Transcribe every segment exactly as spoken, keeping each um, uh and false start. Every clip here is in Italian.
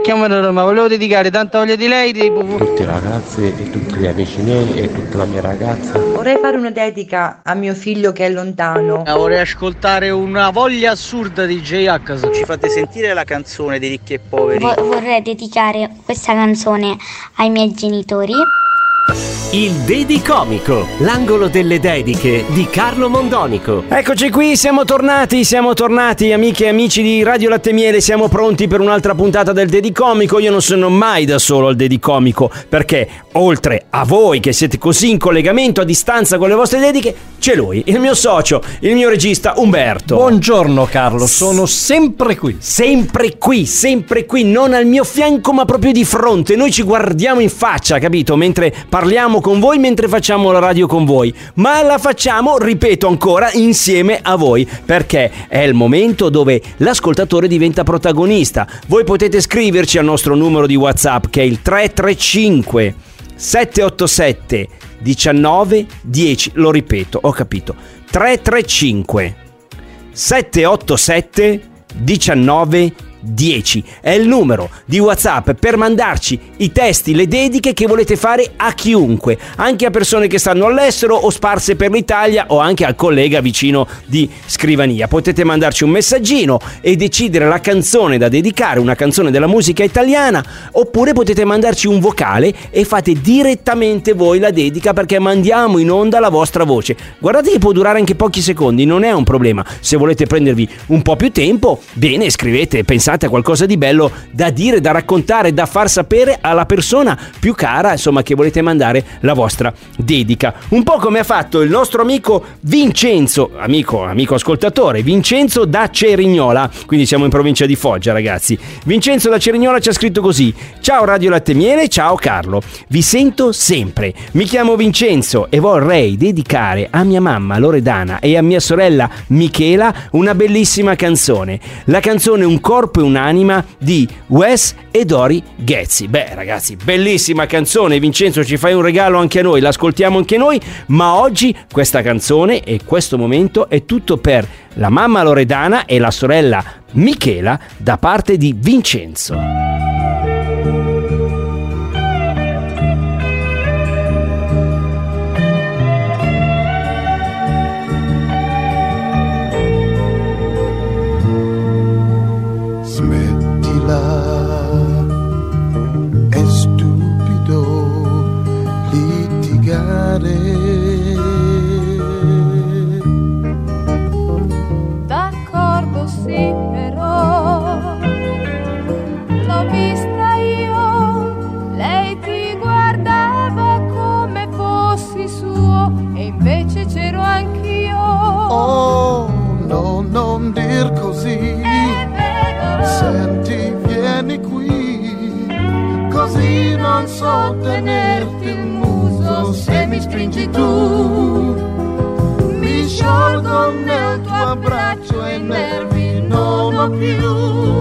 chiamo da Roma, volevo dedicare tanta voglia di lei tipo... tutti i ragazzi e tutti gli amici miei e tutta la mia ragazza. Vorrei fare una dedica a mio figlio che è lontano. Vorrei ascoltare una voglia assurda di J-H. Ci fate sentire la canzone dei ricchi e poveri? Vo- vorrei dedicare questa canzone ai miei genitori. Il Dedicomico, l'angolo delle dediche di Carlo Mondonico. Eccoci qui, siamo tornati, siamo tornati amiche e amici di Radio Latte Miele, siamo pronti per un'altra puntata del Dedicomico. Io non sono mai da solo al Dedicomico perché oltre a voi che siete così in collegamento a distanza con le vostre dediche, c'è lui, il mio socio, il mio regista Umberto. Buongiorno Carlo, sono sempre qui. Sempre qui, sempre qui, non al mio fianco ma proprio di fronte. Noi ci guardiamo in faccia, capito? Mentre parliamo con voi, mentre facciamo la radio con voi, ma la facciamo, ripeto ancora, insieme a voi, perché è il momento dove l'ascoltatore diventa protagonista. Voi potete scriverci al nostro numero di WhatsApp che è il tre tre cinque sette otto sette uno nove uno zero. Lo ripeto, ho capito, tre tre cinque sette otto sette uno nove uno zero. È il numero di WhatsApp per mandarci i testi, le dediche che volete fare a chiunque, anche a persone che stanno all'estero o sparse per l'Italia o anche al collega vicino di scrivania. Potete mandarci un messaggino e decidere la canzone da dedicare, una canzone della musica italiana, oppure potete mandarci un vocale e fate direttamente voi la dedica, perché mandiamo in onda la vostra voce. Guardate che può durare anche pochi secondi, non è un problema. Se volete prendervi un po' più tempo, bene, scrivete, pensate a qualcosa di bello da dire, da raccontare, da far sapere alla persona più cara, insomma, che volete mandare la vostra dedica. Un po' come ha fatto il nostro amico Vincenzo, amico, amico ascoltatore, Vincenzo da Cerignola, quindi siamo in provincia di Foggia, ragazzi. Vincenzo da Cerignola ci ha scritto così: ciao Radio Latte Miele, ciao Carlo, vi sento sempre, mi chiamo Vincenzo e vorrei dedicare a mia mamma Loredana e a mia sorella Michela una bellissima canzone, la canzone Un corpo e un'anima di Wes e Dori Ghezzi. Beh ragazzi, bellissima canzone, Vincenzo, ci fai un regalo anche a noi, l'ascoltiamo anche noi, ma oggi questa canzone e questo momento è tutto per la mamma Loredana e la sorella Michela da parte di Vincenzo. È stupido litigare. D'accordo sì, però l'ho vista io, lei ti guardava come fossi suo e invece c'ero anch'io. Oh no, non dir così. Senti, vieni qui, così non so tenerti il muso se mi stringi tu. Mi sciolgo nel tuo abbraccio e nervi non ho più.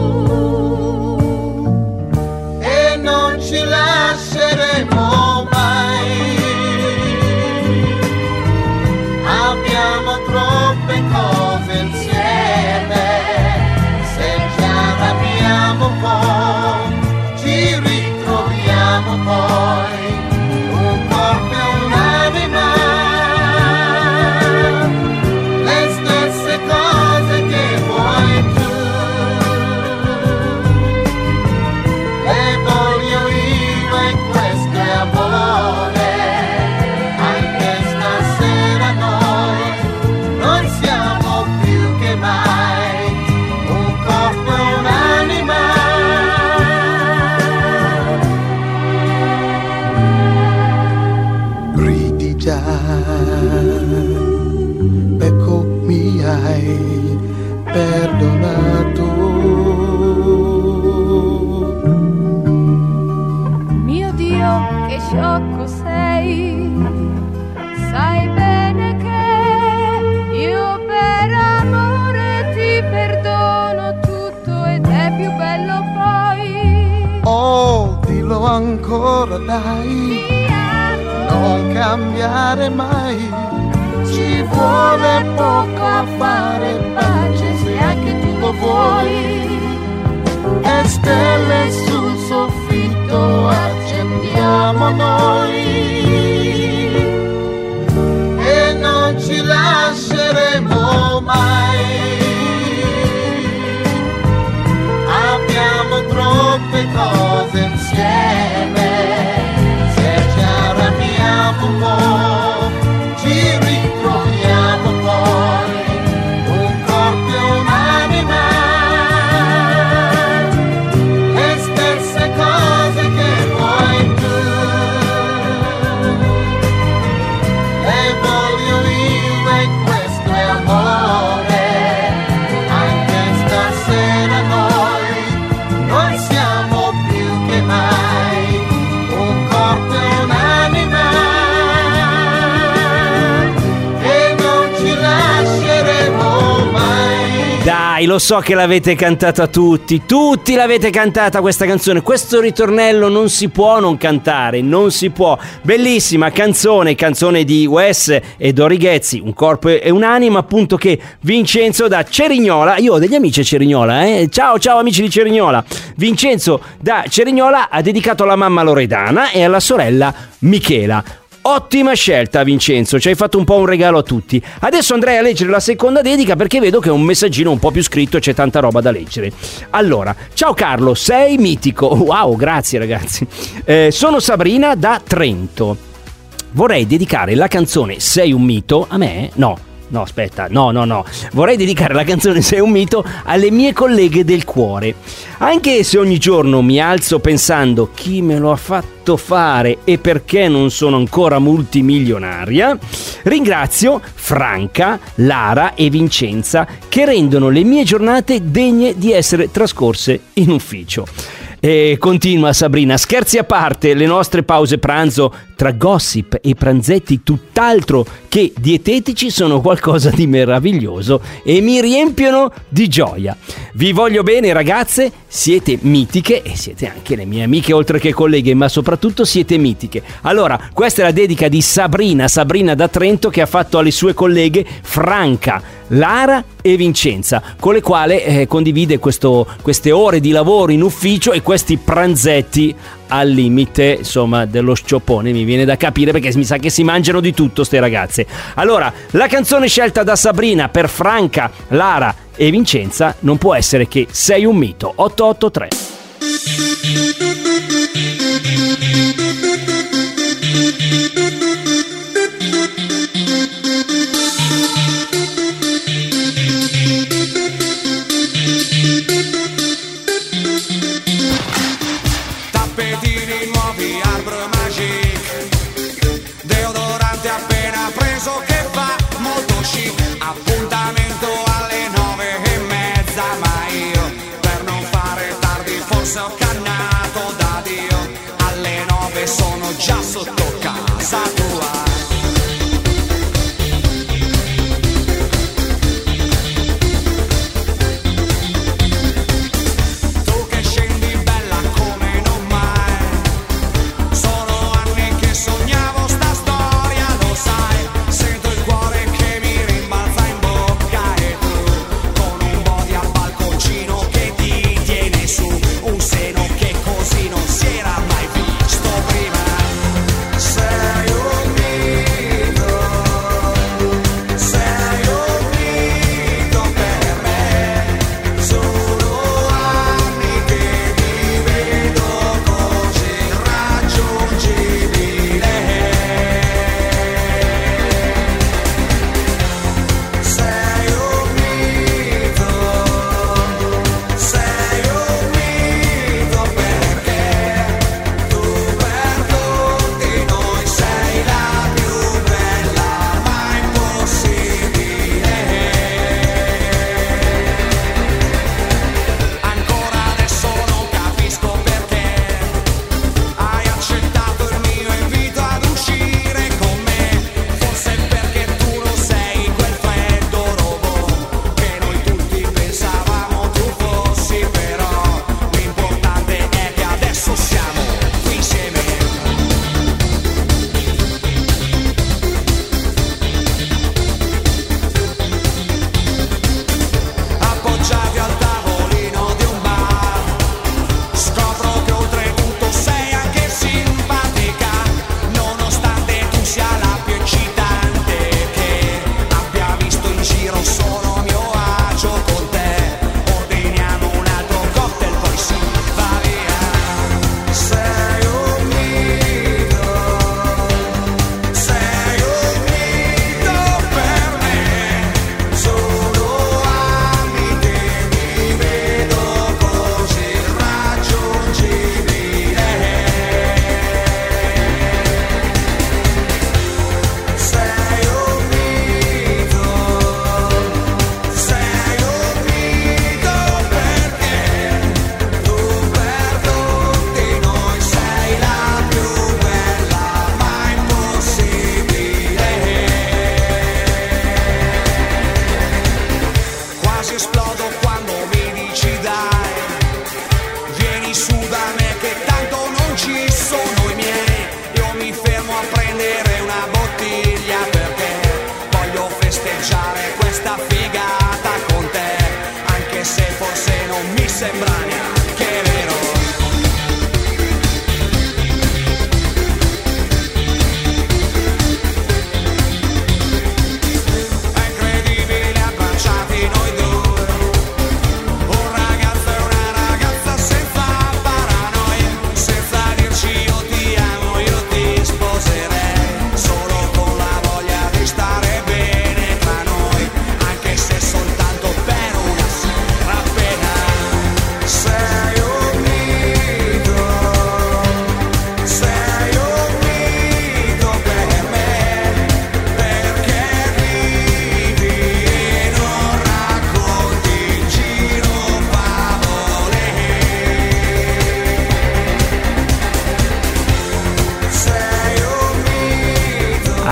E non ci lasceremo mai. Abbiamo troppe cose insieme. Abbiamo poi, ci ritroviamo poi, un corpo e un'anima, le stesse cose che vuoi tu, le voglio io e questo è amore, anche stasera noi non siamo più che mai, un corpo e ecco mi hai perdonato. Mio Dio, che sciocco sei, sai bene che io per amore ti perdono tutto ed è più bello poi. Oh, dillo ancora dai, non cambiare mai, ci vuole poco a fare pace se anche tu lo vuoi, e stelle sul dai, lo so che l'avete cantata tutti, tutti l'avete cantata questa canzone. Questo ritornello non si può non cantare, non si può. Bellissima canzone, canzone di Wes e Dori Ghezzi, Un corpo e un'anima, appunto, che Vincenzo da Cerignola, io ho degli amici a Cerignola, eh? Ciao, ciao amici di Cerignola. Vincenzo da Cerignola ha dedicato alla mamma Loredana e alla sorella Michela. Ottima scelta, Vincenzo, ci hai fatto un po' un regalo a tutti. Adesso andrei a leggere la seconda dedica perché vedo che è un messaggino un po' più scritto e c'è tanta roba da leggere. Allora, ciao Carlo, sei mitico. Wow, grazie ragazzi. Eh, sono Sabrina da Trento. Vorrei dedicare la canzone Sei un mito a me? No. No, aspetta, no, no, no. Vorrei dedicare la canzone Sei un mito alle mie colleghe del cuore. Anche se ogni giorno mi alzo pensando chi me lo ha fatto fare e perché non sono ancora multimilionaria, ringrazio Franca, Lara e Vincenza che rendono le mie giornate degne di essere trascorse in ufficio. E continua Sabrina, scherzi a parte, le nostre pause pranzo tra gossip e pranzetti tutt'altro che dietetici sono qualcosa di meraviglioso e mi riempiono di gioia. Vi voglio bene ragazze, siete mitiche e siete anche le mie amiche oltre che colleghe, ma soprattutto siete mitiche. Allora, questa è la dedica di Sabrina, Sabrina da Trento, che ha fatto alle sue colleghe Franca, Lara e Vincenza, con le quali eh, condivide questo, queste ore di lavoro in ufficio e questi pranzetti al limite, insomma, dello scioppone. Mi viene da capire perché mi sa che si mangiano di tutto ste ragazze. Allora, la canzone scelta da Sabrina per Franca, Lara e Vincenza non può essere che Sei un mito. Otto otto tre. Tappetini nuovi, Arbor Magic, deodorante appena preso che fa molto chic. Appuntamento alle nove e mezza, ma io per non fare tardi forse ho cannato da Dio. Alle nove sono già sotto casa tua. Say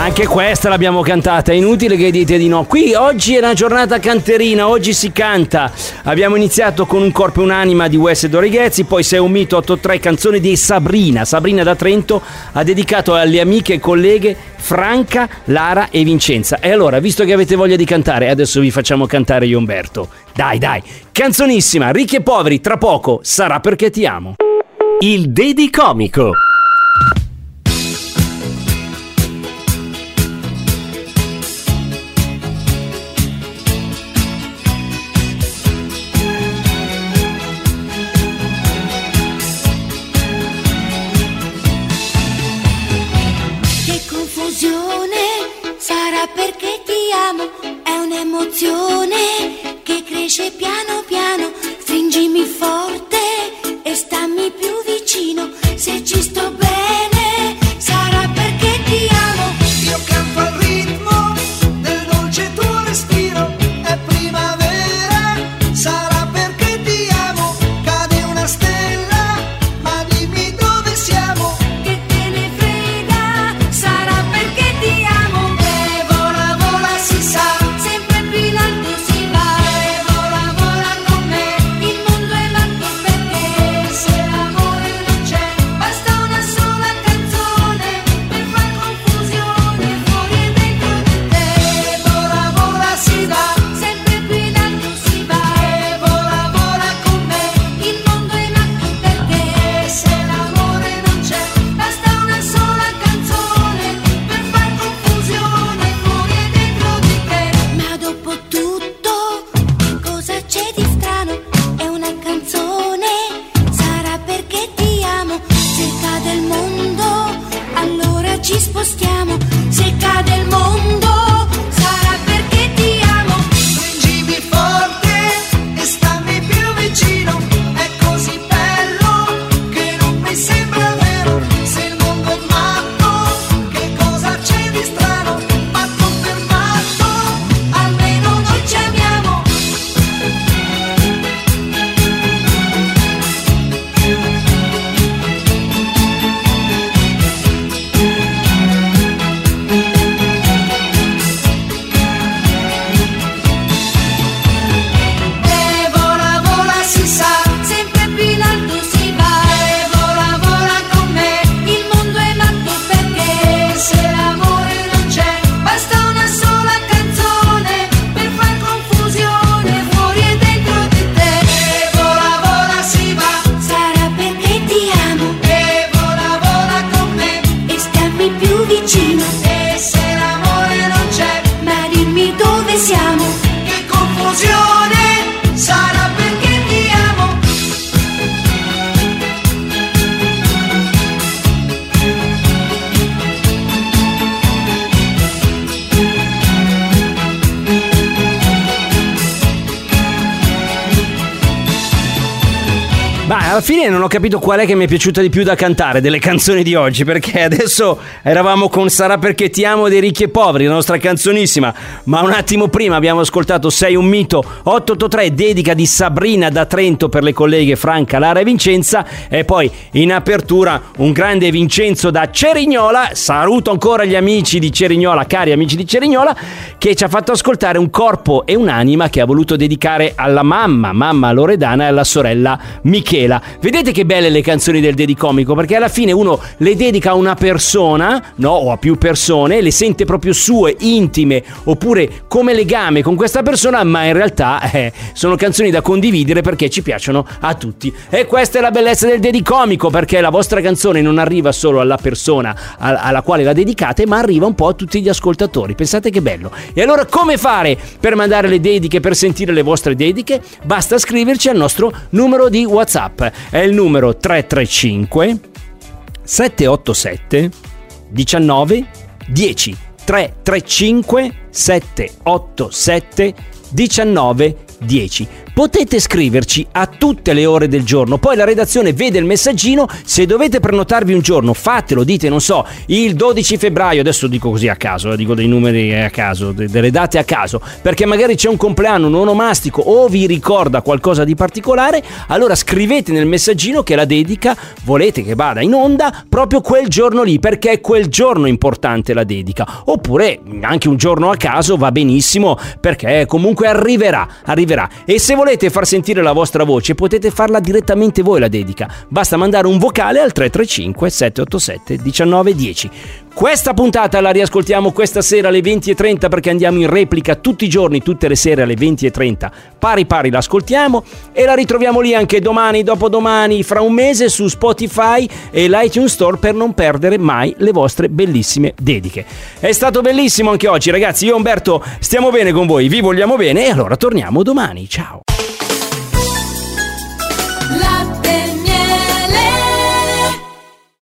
Anche questa l'abbiamo cantata, è inutile che dite di no. Qui oggi è una giornata canterina, oggi si canta. Abbiamo iniziato con Un corpo e un'anima di Wes e Dorighezzi, poi Sei un mito otto tre, canzone di Sabrina. Sabrina da Trento ha dedicato alle amiche e colleghe Franca, Lara e Vincenza. E allora, visto che avete voglia di cantare, adesso vi facciamo cantare io Umberto. Dai, dai, canzonissima, Ricchi e poveri, tra poco, Sarà perché ti amo. Il Dedicomico. Sarà perché ti amo, è un'emozione che cresce piano piano. Stringimi forte e stammi più vicino. Se ci sto bene, sarà perché ti amo. Io canto al ritmo del dolce tuo respiro. È primavera, sarà perché ti amo. Cade una stella, ma dimmi dove siamo. Che te ne frega, sarà perché ti amo. Si sa, sempre più in alto si va e vola, vola con me. Il mondo è matto perché se l'amore non c'è, basta una sola canzone per far confusione fuori e dentro di te. Vola, vola si va, sempre più in alto si va e vola, vola con me. Il mondo è matto perché se l'amore non c'è, basta una sola canzone per far confusione fuori e dentro di te. Ma dopo tutto, cosa c'è di strano? È una canzone, sarà perché ti amo. Se cade il mondo, allora ci spostiamo. Se cade il mondo, sarà perché ti amo. Stringimi forte e stammi più vicino. È così bello che non mi sembra vero. Se il mondo è matto, che cosa c'è di strano? Matto per matto, almeno noi ci amiamo. E vola, vola si sa, sempre più in alto si va e vola, vola con me. Il mondo è matto perché se l'amore non c'è, basta una sola canzone per far confusione fuori e dentro di te. E vola, vola si va, Sarà perché ti amo e vola, vola con me. e stammi più vicino. E se l'amore non c'è, Ma dimmi dove siamo. che confusione, sarà perché ti amo. Ma alla fine non ho capito qual è che mi è piaciuta di più da cantare delle canzoni di oggi, perché adesso eravamo con Sarà perché ti amo dei Ricchi e poveri, la nostra canzonissima, ma un attimo prima abbiamo ascoltato Sei un mito otto otto tre, dedica di Sabrina da Trento per le colleghe Franca, Lara e Vincenza, e poi in apertura un grande Vincenzo da Cerignola. Saluto ancora gli amici di Cerignola, cari amici di Cerignola, che ci ha fatto ascoltare Un corpo e un'anima che ha voluto dedicare alla mamma, mamma Loredana, e alla sorella Michela. Vedete che belle le canzoni del Dedicomico, perché alla fine uno le dedica a una persona, no, o a più persone, le sente proprio sue, intime, oppure come legame con questa persona, ma in realtà eh, sono canzoni da condividere perché ci piacciono a tutti. E questa è la bellezza del Dedicomico, perché la vostra canzone non arriva solo alla persona alla quale la dedicate, ma arriva un po' a tutti gli ascoltatori. Pensate che bello. E allora come fare per mandare le dediche, per sentire le vostre dediche? Basta scriverci al nostro numero di WhatsApp. È il numero tre tre cinque sette otto sette diciannove dieci. Tre tre cinque sette otto sette diciannove dieci. Potete scriverci a tutte le ore del giorno, poi la redazione vede il messaggino. Se dovete prenotarvi un giorno, fatelo, dite non so, il dodici febbraio, adesso dico così a caso, eh, dico dei numeri a caso, de- delle date a caso, perché magari c'è un compleanno, un onomastico o vi ricorda qualcosa di particolare, allora scrivete nel messaggino che la dedica volete che vada in onda proprio quel giorno lì, perché è quel giorno importante la dedica, oppure anche un giorno a caso va benissimo, perché comunque arriverà, arriverà. E se volete far sentire la vostra voce potete farla direttamente voi la dedica, basta mandare un vocale al tre tre cinque sette otto sette uno nove uno zero. Questa puntata la riascoltiamo questa sera alle venti e trenta, perché andiamo in replica tutti i giorni, tutte le sere alle venti e trenta, pari pari l'ascoltiamo, e la ritroviamo lì anche domani, dopodomani, fra un mese su Spotify e l'iTunes Store, per non perdere mai le vostre bellissime dediche. È stato bellissimo anche oggi, ragazzi. Io e Umberto stiamo bene con voi, vi vogliamo bene, e allora torniamo domani. Ciao.